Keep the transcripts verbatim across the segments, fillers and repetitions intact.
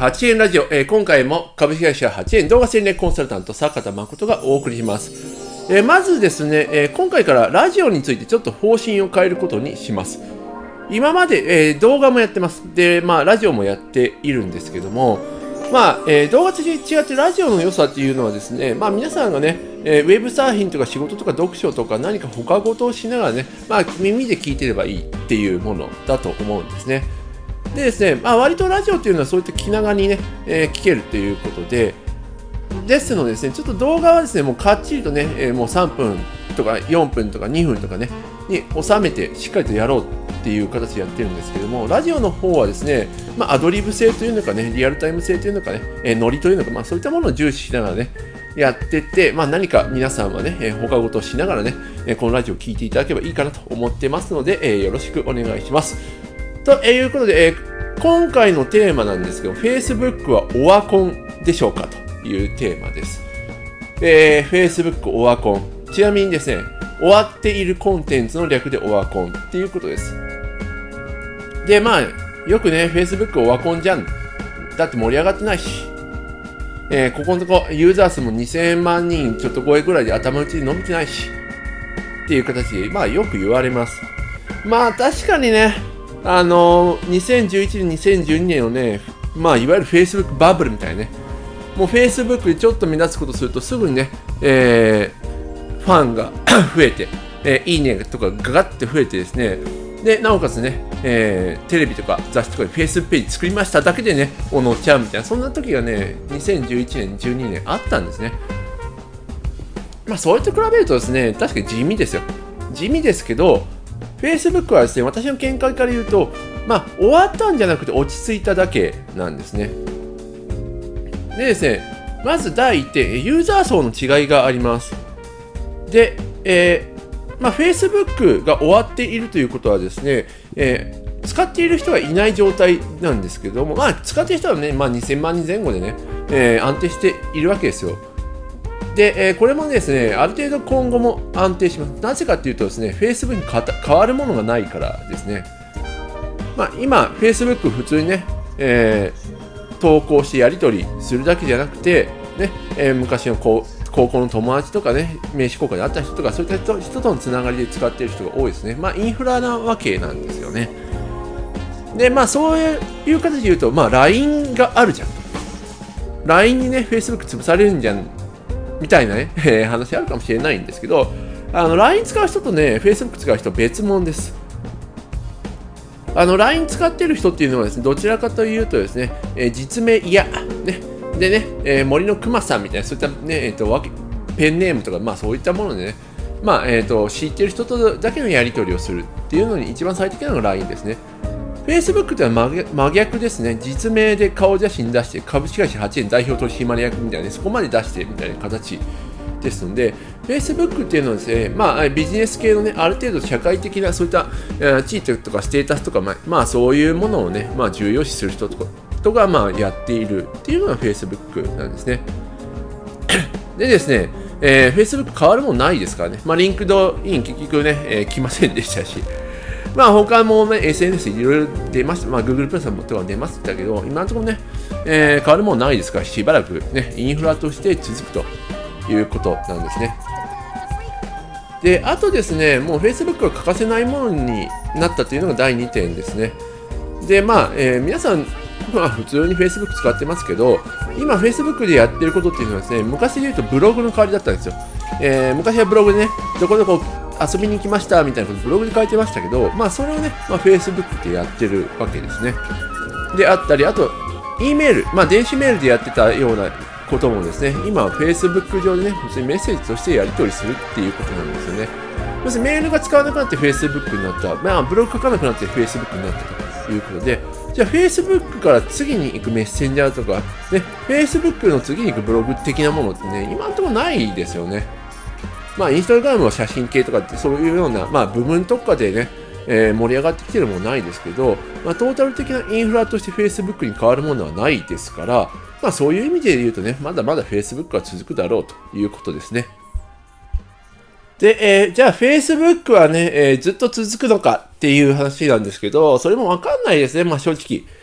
はちえんラジオ、えー、今回も株式会社はちえん動画戦略コンサルタント坂田誠がお送りします。えー、まずですね、えー、今回からラジオについてちょっと方針を変えることにします。今まで、えー、動画もやってます。で、まあラジオもやっているんですけども、まあ、えー、動画と違ってラジオの良さっていうのはですね、まあ皆さんがね、えー、ウェブサーフィンとか仕事とか読書とか何か他事をしながらね、まあ耳で聞いてればいいっていうものだと思うんですね。でですね、まあ割とラジオっていうのはそういった気長にね、えー、聞けるということで、ですのでですね、ちょっと動画はですね、もうかっちりとね、えー、もうさんぷんとかよんぷんとかにふんとかね、に収めてしっかりとやろうっていう形でやってるんですけども、ラジオの方はですね、まあ、アドリブ性というのかね、リアルタイム性というのかね、えー、ノリというのか、まあ、そういったものを重視しながらね、やってって、まあ、何か皆さんはね、えー、他事をしながらね、えー、このラジオを聞いていただければいいかなと思ってますので、えー、よろしくお願いします。ということで、えー、今回のテーマなんですけど、Facebook はオワコンでしょうかというテーマです。えー、Facebook オワコン。ちなみにですね、終わっているコンテンツの略でオワコンっていうことです。で、まあ、よくね、Facebook オワコンじゃん。だって盛り上がってないし、えー、ここのとこユーザー数もにせんまんにんちょっと超えぐらいで頭打ちに伸びてないし、っていう形で、まあよく言われます。まあ確かにね、あのー、にせんじゅういちねん、にせんじゅうにねんのね、まあいわゆる Facebook バブルみたいなね、もう Facebook でちょっと目立つことするとすぐにね、えー、ファンが増えて、えー、いいねとかガガッて増えてですね、でなおかつね、えー、テレビとか雑誌とかで Facebook ページ作りましただけでね、お乗っちゃうみたいな、そんな時がね、にせんじゅういちねん、じゅうにねんあったんですね。まあ、そうやって比べるとですね、確かに地味ですよ。地味ですけど、Facebook はですね、私の見解から言うと、まあ、終わったんじゃなくて落ち着いただけなんですね。でですね、まず第一点、ユーザー層の違いがあります。で、えーまあ、Facebook が終わっているということはですね、えー、使っている人がいない状態なんですけども、まあ、使っている人はね、まあ、にせんまんにんぜん後でね、えー、安定しているわけですよ。で、えー、これもですね、ある程度今後も安定します。なぜかというとですね、Facebook に変わるものがないからですね。まあ、今、Facebook 普通にね、えー、投稿してやり取りするだけじゃなくて、ね、えー、昔のこう高校の友達とかね、名刺交換で会った人とか、そういった人、人とのつながりで使っている人が多いですね。まあ、インフラなわけなんですよね。で、まあ、そういう形で言うと、まあ、ライン があるじゃん。ライン にね、Facebook 潰されるんじゃん、みたいなね、えー、話あるかもしれないんですけど、あの、ライン 使う人とね、Facebook 使う人は別物です。あの、ライン 使ってる人っていうのはですね、どちらかというとですね、えー、実名嫌、ね、でね、えー、森のくまさんみたいな、そういったね、えーと、ペンネームとか、まあそういったものでね、まあ、えーと、知ってる人とだけのやり取りをするっていうのに一番最適なのが ライン ですね。Facebook ってのは真逆ですね。実名で顔写真出して、株式会社はちえん代表取締役みたいなね、そこまで出してみたいな形ですので、Facebook っていうのはですね、まあ、ビジネス系のね、ある程度社会的な、そういった、えー、地位とかステータスとか、まあ、まあ、そういうものをね、まあ、重要視する人とか、人がまあやっているっていうのが Facebook なんですね。でですね、えー、Facebook 変わるものないですからね。まあ、リンクドイン結局ね、えー、来ませんでしたし、まあ他もね、エスエヌエス いろいろ出ました。まあ Google プラスもとか出ましたけど、今のところね、えー、変わるものないですから、しばらくね、インフラとして続くということなんですね。で、あとですね、もう Facebook が欠かせないものになったというのがだいにてんですね。で、まあ、えー、皆さん、まあ、普通に Facebook 使ってますけど、今 Facebook でやってることっていうのはですね、昔で言うとブログの代わりだったんですよ。えー、昔はブログでね、どこどこ遊びに行きましたみたいなことブログで書いてましたけど、まあそれをね、まあ、Facebook でやってるわけですね。であったり、あと、E メール、まあ電子メールでやってたようなこともですね、今は Facebook 上でね、普通にメッセージとしてやり取りするっていうことなんですよね。要するにメールが使わなくなって Facebook になった、まあブログ書かなくなって Facebook になったということで、じゃあ Facebook から次に行くメッセンジャーとか、ね、Facebook の次に行くブログ的なものってね、今のところないですよね。まあインスタグラムの写真系とかってそういうような、まあ部分特化でね、えー、盛り上がってきてるものないですけど、まあ、トータル的なインフラとして Facebook に変わるものはないですから、まあそういう意味で言うとね、まだまだ Facebook は続くだろうということですね。で、えー、じゃあ Facebook はね、えー、ずっと続くのかっていう話なんですけど、それもわかんないですね、まあ正直。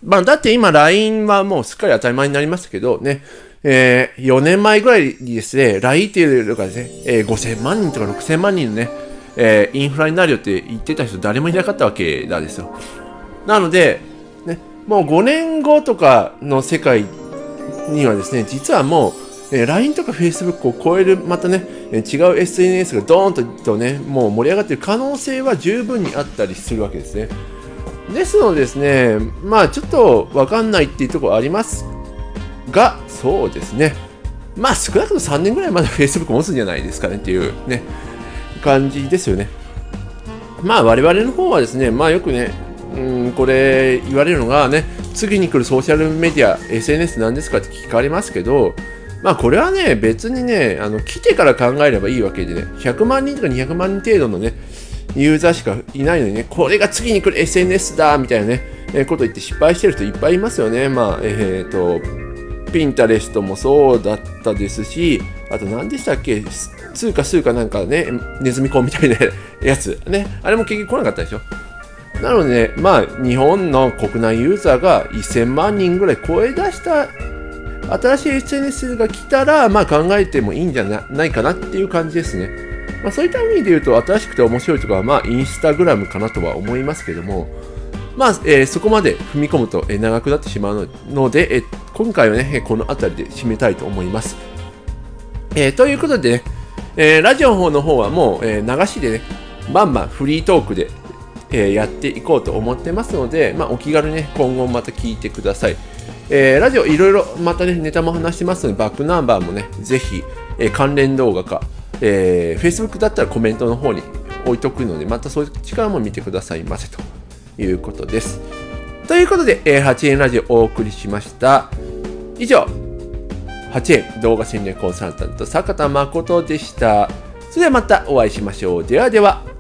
まあ、だって今 ライン はもうすっかり当たり前になりましたけどね、えー、よねんまえぐらいにですね、ライン っていうのがですね、えー、ごせんまんにんとかろくせんまんにんのね、えー、インフラになるよって言ってた人誰もいなかったわけなんですよ。なので、ね、もうごねんごとかの世界にはですね、実はもう、えー、ライン とか Facebook を超えるまたね、えー、違う エスエヌエス がドーンととね、もう盛り上がっている可能性は十分にあったりするわけですね。ですのでですね、まあちょっとわかんないっていうところありますが、そうですね、まあ少なくともさんねんぐらいまで Facebook 持つんじゃないですかねっていうね、感じですよね。まあ我々の方はですね、まあよくね、うん、これ言われるのがね、次に来るソーシャルメディア、エスエヌエス なんですかって聞かれますけど、まあこれはね、別にね、あの来てから考えればいいわけでね、ひゃくまんにんとかにひゃくまんにん程度のね、ユーザーしかいないのにね、これが次に来る エスエヌエス だみたいなね、えー、こと言って失敗してる人いっぱいいますよね。まあ、えっ、ー、と、ピンタレストもそうだったですし、あと何でしたっけ、通貨数かなんかね、ネズミ講みたいなやつ、ね、あれも結局来なかったでしょ。なので、ね、まあ、日本の国内ユーザーがせんまんにんぐらい超え出した新しい エスエヌエス が来たら、まあ考えてもいいんじゃないかなっていう感じですね。まあそういった意味で言うと、新しくて面白いところは、まあインスタグラムかなとは思いますけども、まあ、えー、そこまで踏み込むと、えー、長くなってしまうので、えー、今回はね、この辺りで締めたいと思います。えー、ということでね、えー、ラジオの方の方はもう、えー、流しでね、バンバンフリートークで、えー、やっていこうと思ってますので、まあ、お気軽にね、今後また聞いてください。えー、ラジオいろいろまたね、ネタも話してますので、バックナンバーもね、ぜひ、えー、関連動画か、えー、Facebook だったらコメントの方に置いとくので、またそういう力も見てくださいませということです。ということで、えー、はちえんラジオをお送りしました。以上、はちえん動画戦略コンサルタント坂田誠でした。それではまたお会いしましょう。ではでは。